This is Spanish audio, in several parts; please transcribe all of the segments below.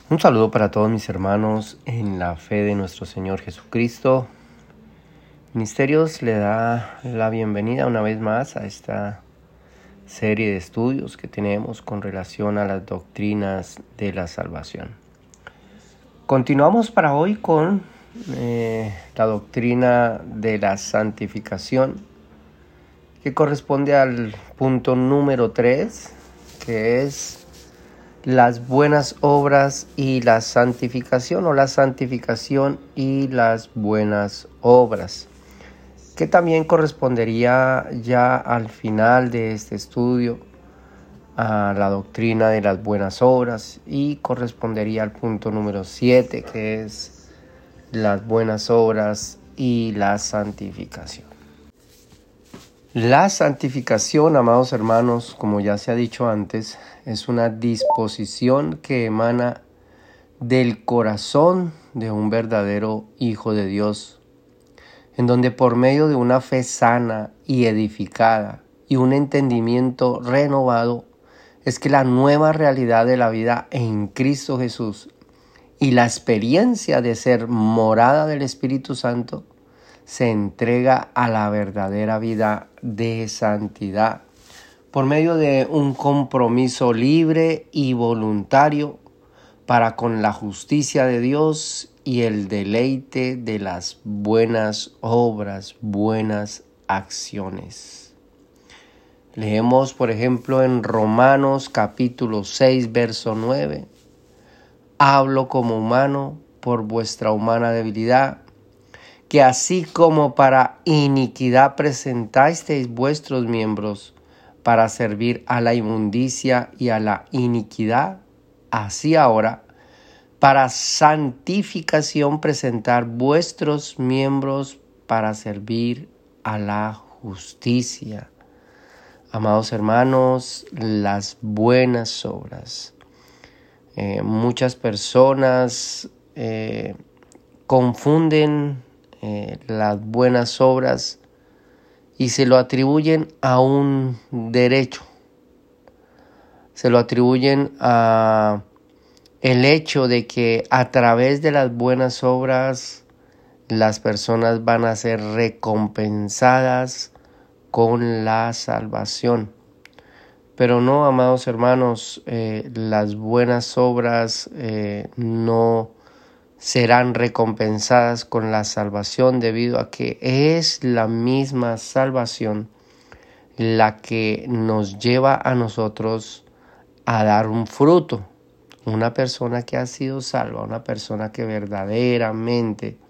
Un saludo para todos mis hermanos en la fe de nuestro Señor Jesucristo. Ministerios le da la bienvenida una vez más a esta serie de estudios que tenemos con relación a las doctrinas de la salvación. Continuamos para hoy con la doctrina de la santificación, que corresponde al punto número 3, que es las buenas obras y la santificación, o la santificación y las buenas obras, que también correspondería ya al final de este estudio a la doctrina de las buenas obras y correspondería al punto número 7, que es las buenas obras y la santificación. La santificación, amados hermanos, como ya se ha dicho antes, es una disposición que emana del corazón de un verdadero Hijo de Dios, en donde por medio de una fe sana y edificada y un entendimiento renovado, es que la nueva realidad de la vida en Cristo Jesús y la experiencia de ser morada del Espíritu Santo se entrega a la verdadera vida de santidad por medio de un compromiso libre y voluntario para con la justicia de Dios y el deleite de las buenas obras, buenas acciones. Leemos, por ejemplo, en Romanos capítulo 6, verso 9. Hablo como humano por vuestra humana debilidad, que así como para iniquidad presentasteis vuestros miembros para servir a la inmundicia y a la iniquidad, así ahora, para santificación presentar vuestros miembros para servir a la justicia. Amados hermanos, las buenas obras. Muchas personas confunden las buenas obras y se lo atribuyen a un derecho, se lo atribuyen a el hecho de que a través de las buenas obras las personas van a ser recompensadas con la salvación. Pero no, amados hermanos, las buenas obras no serán recompensadas con la salvación, debido a que es la misma salvación la que nos lleva a nosotros a dar un fruto. Una persona que ha sido salva, una persona que verdaderamente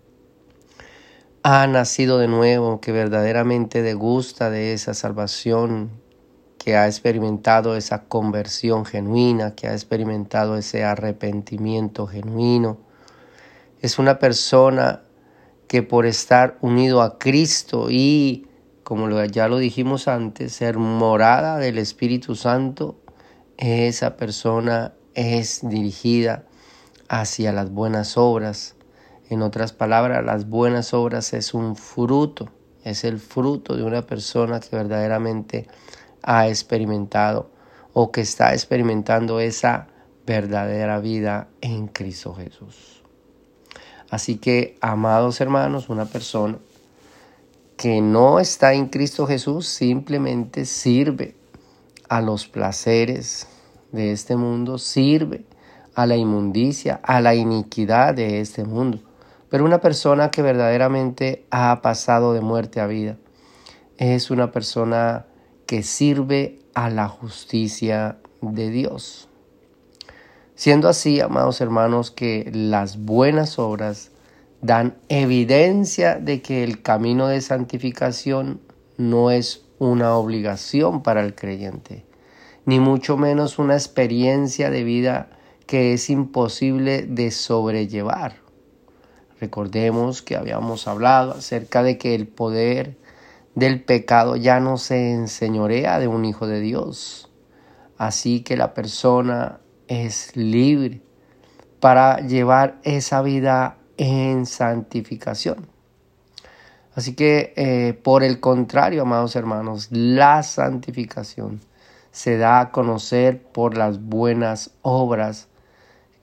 ha nacido de nuevo, que verdaderamente degusta de esa salvación, que ha experimentado esa conversión genuina, que ha experimentado ese arrepentimiento genuino, es una persona que por estar unido a Cristo y, como ya lo dijimos antes, ser morada del Espíritu Santo, esa persona es dirigida hacia las buenas obras. En otras palabras, las buenas obras es un fruto, es el fruto de una persona que verdaderamente ha experimentado o que está experimentando esa verdadera vida en Cristo Jesús. Así que, amados hermanos, una persona que no está en Cristo Jesús simplemente sirve a los placeres de este mundo, sirve a la inmundicia, a la iniquidad de este mundo. Pero una persona que verdaderamente ha pasado de muerte a vida es una persona que sirve a la justicia de Dios. Siendo así, amados hermanos, que las buenas obras dan evidencia de que el camino de santificación no es una obligación para el creyente, ni mucho menos una experiencia de vida que es imposible de sobrellevar. Recordemos que habíamos hablado acerca de que el poder del pecado ya no se enseñorea de un hijo de Dios. Así que la persona es libre para llevar esa vida en santificación. Así que, por el contrario, amados hermanos, la santificación se da a conocer por las buenas obras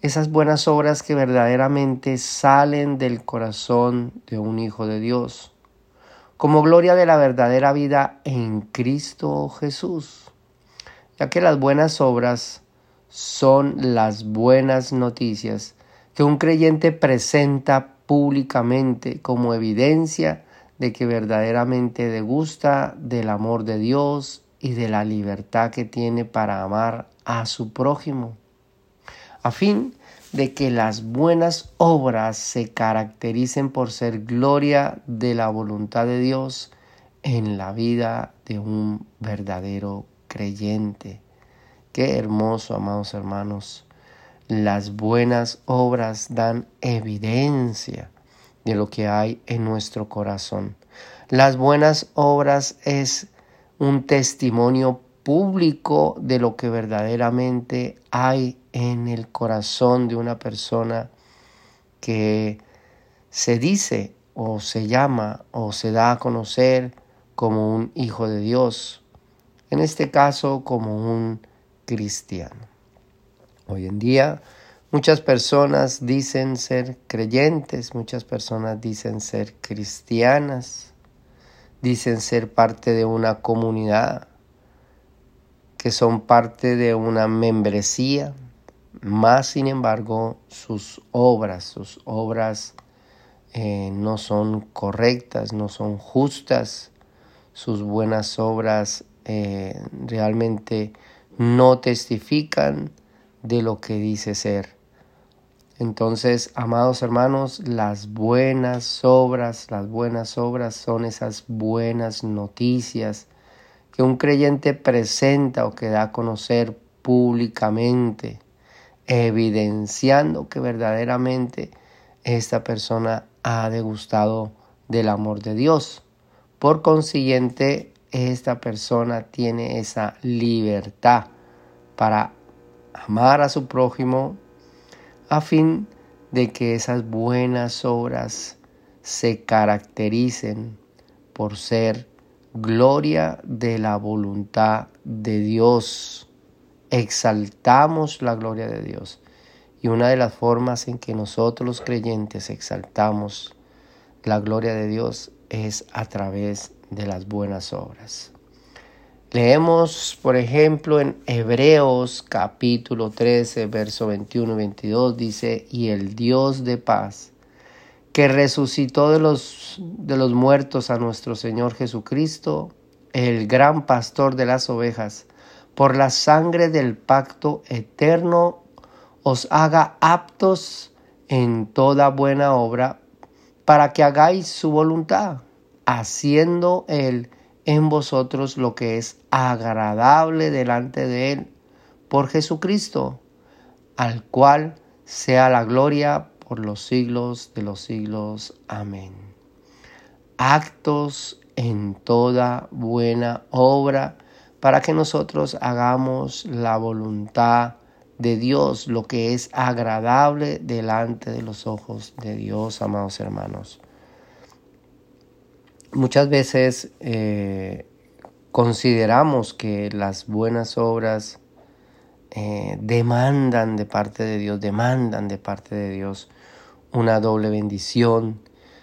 esas buenas obras que verdaderamente salen del corazón de un hijo de Dios, como gloria de la verdadera vida en Cristo Jesús, ya que las buenas obras son las buenas noticias que un creyente presenta públicamente como evidencia de que verdaderamente degusta del amor de Dios y de la libertad que tiene para amar a su prójimo, a fin de que las buenas obras se caractericen por ser gloria de la voluntad de Dios en la vida de un verdadero creyente. Qué hermoso, amados hermanos. Las buenas obras dan evidencia de lo que hay en nuestro corazón. Las buenas obras es un testimonio público de lo que verdaderamente hay en el corazón de una persona que se dice o se llama o se da a conocer como un hijo de Dios, en este caso como un cristiano. Hoy en día muchas personas dicen ser creyentes, muchas personas dicen ser cristianas, dicen ser parte de una comunidad, que son parte de una membresía, más sin embargo sus obras no son correctas, no son justas, sus buenas obras realmente no testifican de lo que dice ser. Entonces, amados hermanos, las buenas obras son esas buenas noticias que un creyente presenta o que da a conocer públicamente, evidenciando que verdaderamente esta persona ha degustado del amor de Dios. Por consiguiente, esta persona tiene esa libertad para amar a su prójimo, a fin de que esas buenas obras se caractericen por ser gloria de la voluntad de Dios. Exaltamos la gloria de Dios. Y una de las formas en que nosotros los creyentes exaltamos la gloria de Dios es a través de las buenas obras. Leemos, por ejemplo, en Hebreos capítulo 13, verso 21 y 22, dice: y el Dios de paz, que resucitó de los muertos a nuestro Señor Jesucristo, el gran pastor de las ovejas, por la sangre del pacto eterno, os haga aptos en toda buena obra, para que hagáis su voluntad, haciendo Él en vosotros lo que es agradable delante de Él, por Jesucristo, al cual sea la gloria por los siglos de los siglos. Amén. Actos en toda buena obra, para que nosotros hagamos la voluntad de Dios, lo que es agradable delante de los ojos de Dios, amados hermanos. Muchas veces consideramos que las buenas obras demandan de parte de Dios una doble bendición.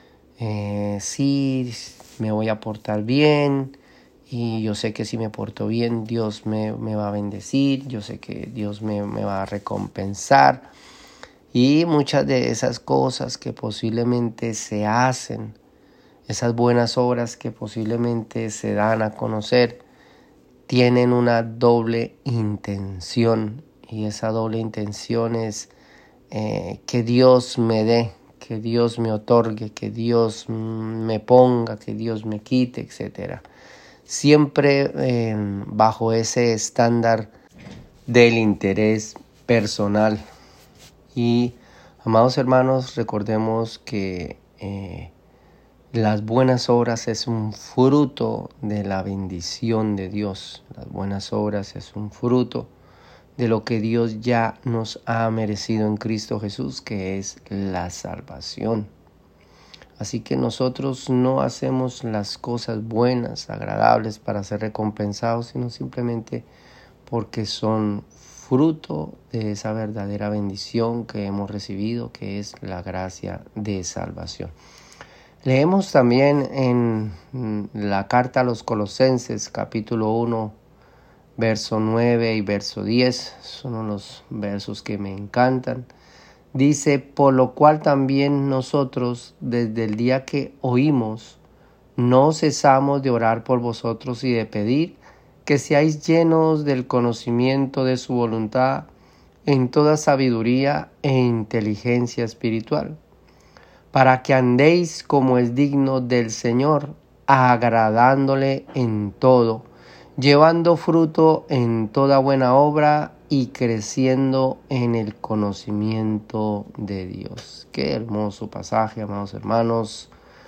Sí, me voy a portar bien, y yo sé que si me porto bien, Dios me va a bendecir, yo sé que Dios me va a recompensar. Y muchas de esas cosas que posiblemente se hacen, esas buenas obras que posiblemente se dan a conocer, tienen una doble intención. Y esa doble intención es que Dios me dé, que Dios me otorgue, que Dios me ponga, que Dios me quite, etc. Siempre bajo ese estándar del interés personal. Y, amados hermanos, recordemos que las buenas obras es un fruto de la bendición de Dios. Las buenas obras es un fruto de lo que Dios ya nos ha merecido en Cristo Jesús, que es la salvación. Así que nosotros no hacemos las cosas buenas, agradables para ser recompensados, sino simplemente porque son fruto de esa verdadera bendición que hemos recibido, que es la gracia de salvación. Leemos también en la carta a los Colosenses, capítulo 1, verso 9 y verso 10, son unos versos que me encantan. Dice: por lo cual también nosotros, desde el día que oímos, no cesamos de orar por vosotros y de pedir que seáis llenos del conocimiento de su voluntad en toda sabiduría e inteligencia espiritual, para que andéis como es digno del Señor, agradándole en todo, llevando fruto en toda buena obra y creciendo en el conocimiento de Dios. Qué hermoso pasaje, amados hermanos.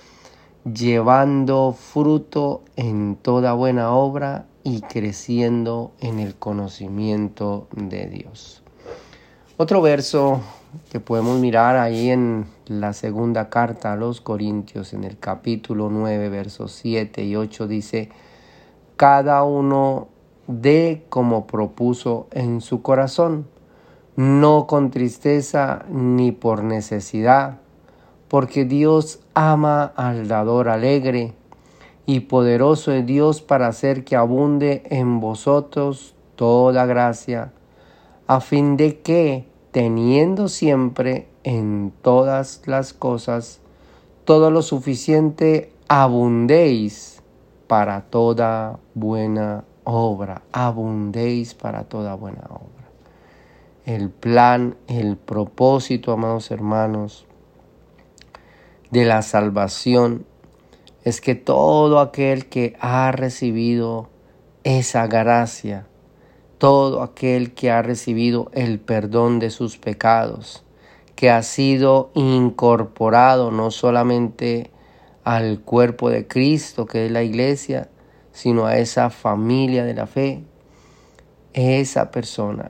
Llevando fruto en toda buena obra y creciendo en el conocimiento de Dios. Otro verso que podemos mirar ahí en la segunda carta a los Corintios, en el capítulo 9, versos 7 y 8, dice: cada uno dé como propuso en su corazón, no con tristeza ni por necesidad, porque Dios ama al dador alegre, y poderoso es Dios para hacer que abunde en vosotros toda gracia, a fin de que, teniendo siempre en todas las cosas todo lo suficiente, abundéis para toda buena obra. Abundéis para toda buena obra. El plan, el propósito, amados hermanos, de la salvación es que todo aquel que ha recibido esa gracia, todo aquel que ha recibido el perdón de sus pecados, que ha sido incorporado no solamente al cuerpo de Cristo, que es la iglesia, sino a esa familia de la fe, esa persona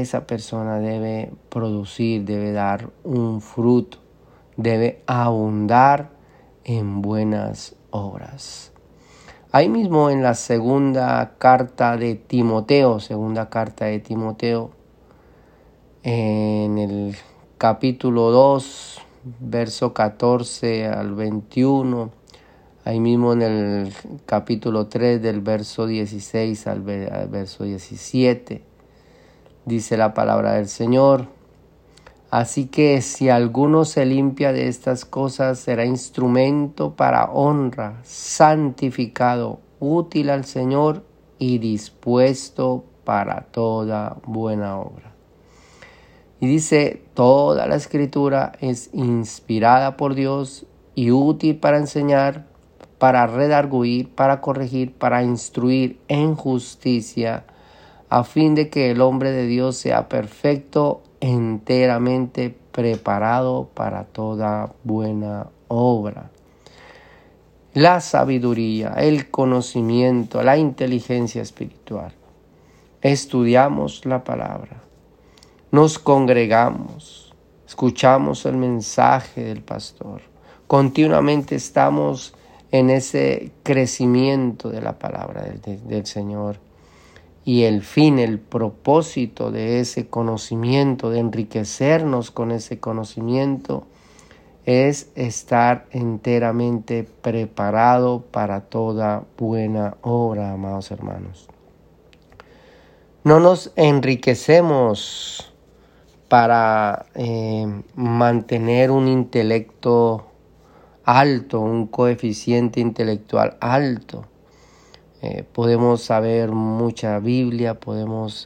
debe producir, debe dar un fruto, debe abundar en buenas obras. Ahí mismo en la segunda carta de Timoteo, en el capítulo 2, verso 14 al 21, ahí mismo en el capítulo 3 del verso 16 al verso 17, dice la palabra del Señor: así que si alguno se limpia de estas cosas, será instrumento para honra, santificado, útil al Señor y dispuesto para toda buena obra. Y dice: toda la Escritura es inspirada por Dios y útil para enseñar, para redarguir, para corregir, para instruir en justicia, a fin de que el hombre de Dios sea perfecto, enteramente preparado para toda buena obra. La sabiduría, el conocimiento, la inteligencia espiritual. Estudiamos la palabra, nos congregamos, escuchamos el mensaje del pastor, continuamente estamos en ese crecimiento de la palabra del Señor. Y el fin, el propósito de ese conocimiento, de enriquecernos con ese conocimiento, es estar enteramente preparado para toda buena obra, amados hermanos. No nos enriquecemos para mantener un intelecto alto, un coeficiente intelectual alto. Podemos saber mucha Biblia, podemos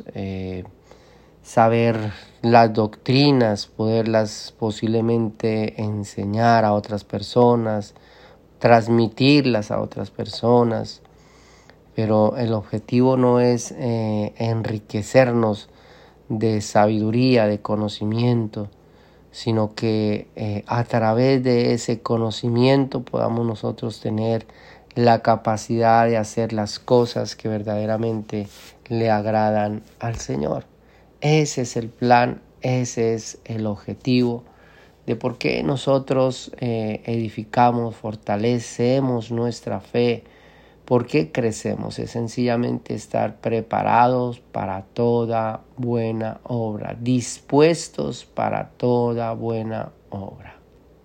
saber las doctrinas, poderlas posiblemente enseñar a otras personas, transmitirlas a otras personas, pero el objetivo no es enriquecernos de sabiduría, de conocimiento, sino que a través de ese conocimiento podamos nosotros tener la capacidad de hacer las cosas que verdaderamente le agradan al Señor. Ese es el plan, ese es el objetivo de por qué nosotros edificamos, fortalecemos nuestra fe, ¿Por qué crecemos? Es sencillamente estar preparados para toda buena obra, dispuestos para toda buena obra.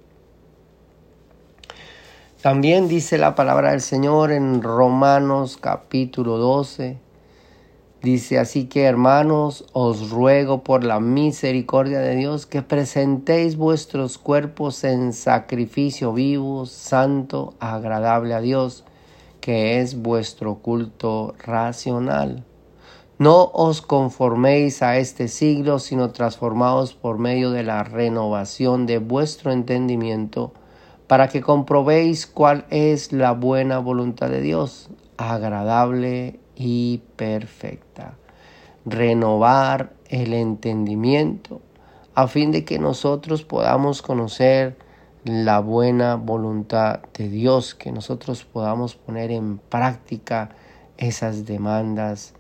También dice la palabra del Señor en Romanos capítulo 12. Dice: así que, hermanos, os ruego por la misericordia de Dios que presentéis vuestros cuerpos en sacrificio vivo, santo, agradable a Dios, que es vuestro culto racional. No os conforméis a este siglo, sino transformaos por medio de la renovación de vuestro entendimiento, para que comprobéis cuál es la buena voluntad de Dios, agradable y perfecta. Renovar el entendimiento a fin de que nosotros podamos conocer la buena voluntad de Dios, que nosotros podamos poner en práctica esas demandas,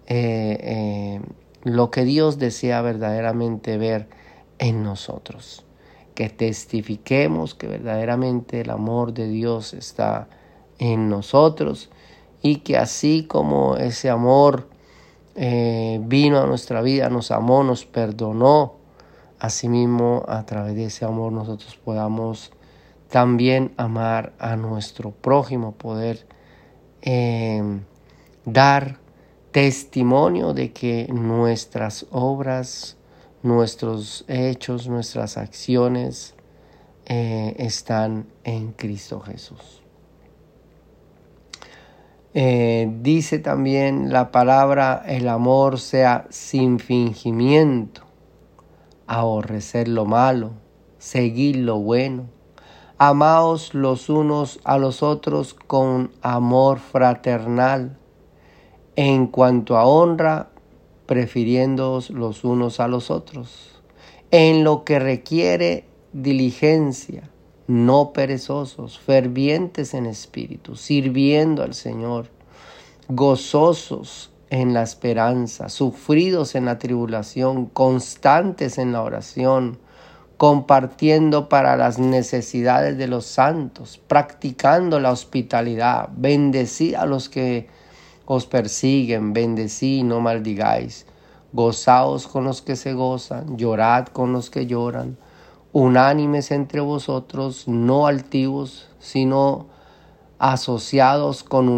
lo que Dios desea verdaderamente ver en nosotros. Que testifiquemos que verdaderamente el amor de Dios está en nosotros y que así como ese amor vino a nuestra vida, nos amó, nos perdonó, asimismo a través de ese amor nosotros podamos también amar a nuestro prójimo, poder dar testimonio de que nuestras obras, nuestros hechos, nuestras acciones están en Cristo Jesús. Dice también la palabra: el amor sea sin fingimiento, aborrecer lo malo, seguir lo bueno, amaos los unos a los otros con amor fraternal, en cuanto a honra, prefiriéndoos los unos a los otros, en lo que requiere diligencia, no perezosos, fervientes en espíritu, sirviendo al Señor, gozosos en la esperanza, sufridos en la tribulación, constantes en la oración, compartiendo para las necesidades de los santos, practicando la hospitalidad, bendecid a los que os persiguen, bendecid y no maldigáis, gozaos con los que se gozan, llorad con los que lloran, unánimes entre vosotros, no altivos, sino asociados con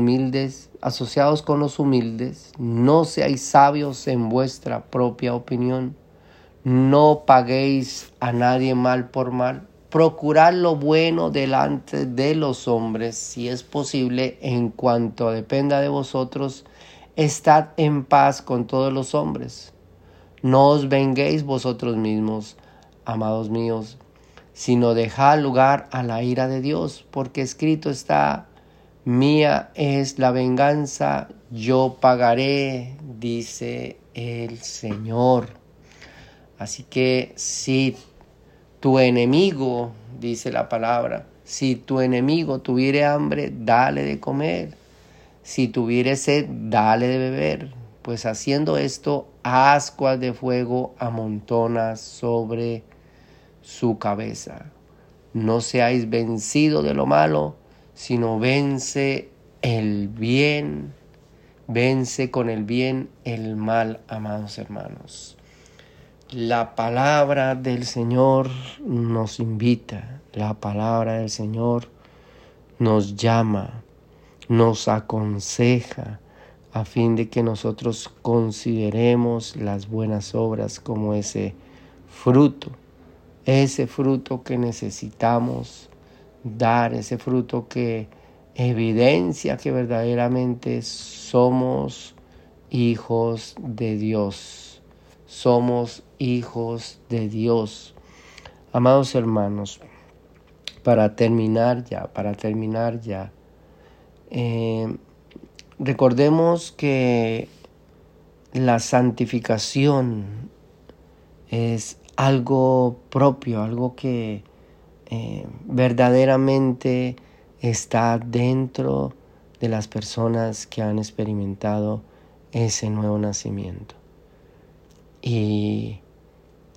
los humildes, no seáis sabios en vuestra propia opinión, no paguéis a nadie mal por mal, procurad lo bueno delante de los hombres, si es posible, en cuanto dependa de vosotros, estad en paz con todos los hombres. No os venguéis vosotros mismos, amados míos, sino dejad lugar a la ira de Dios, porque escrito está: mía es la venganza, yo pagaré, dice el Señor. Así que si tu enemigo, dice la palabra, si tu enemigo tuviere hambre, dale de comer. Si tuviere sed, dale de beber. Pues haciendo esto, ascuas de fuego amontonas sobre su cabeza. No seáis vencidos de lo malo, sino vence con el bien el mal, amados hermanos. La palabra del Señor nos invita, la palabra del Señor nos llama, nos aconseja, a fin de que nosotros consideremos las buenas obras como ese fruto que necesitamos dar, ese fruto que evidencia que verdaderamente somos hijos de Dios. Somos hijos de Dios. Amados hermanos, para terminar ya, recordemos que la santificación es algo propio, algo que verdaderamente está dentro de las personas que han experimentado ese nuevo nacimiento. Y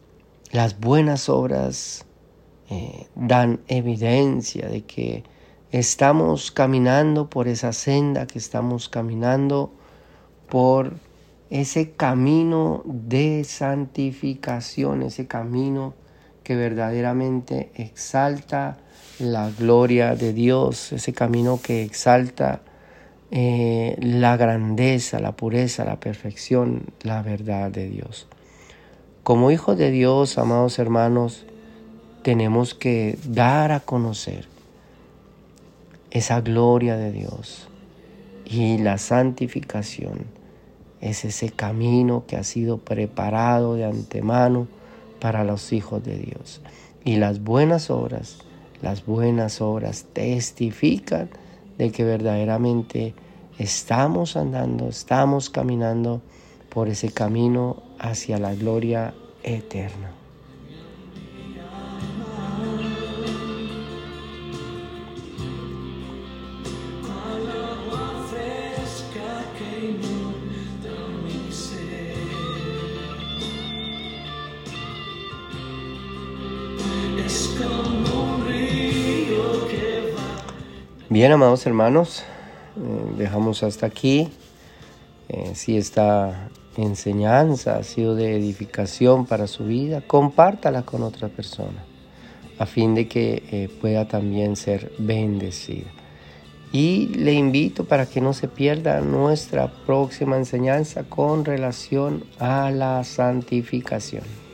las buenas obras dan evidencia de que estamos caminando por esa senda, que estamos caminando por ese camino de santificación, ese camino que verdaderamente exalta la gloria de Dios, ese camino que exalta la grandeza, la pureza, la perfección, la verdad de Dios. Como hijos de Dios, amados hermanos, tenemos que dar a conocer esa gloria de Dios, y la santificación es ese camino que ha sido preparado de antemano para los hijos de Dios. Y las buenas obras testifican de que verdaderamente estamos andando, estamos caminando por ese camino hacia la gloria eterna. Bien, amados hermanos, dejamos hasta aquí. Si esta enseñanza ha sido de edificación para su vida, compártala con otra persona, a fin de que pueda también ser bendecida. Y le invito para que no se pierda nuestra próxima enseñanza con relación a la santificación.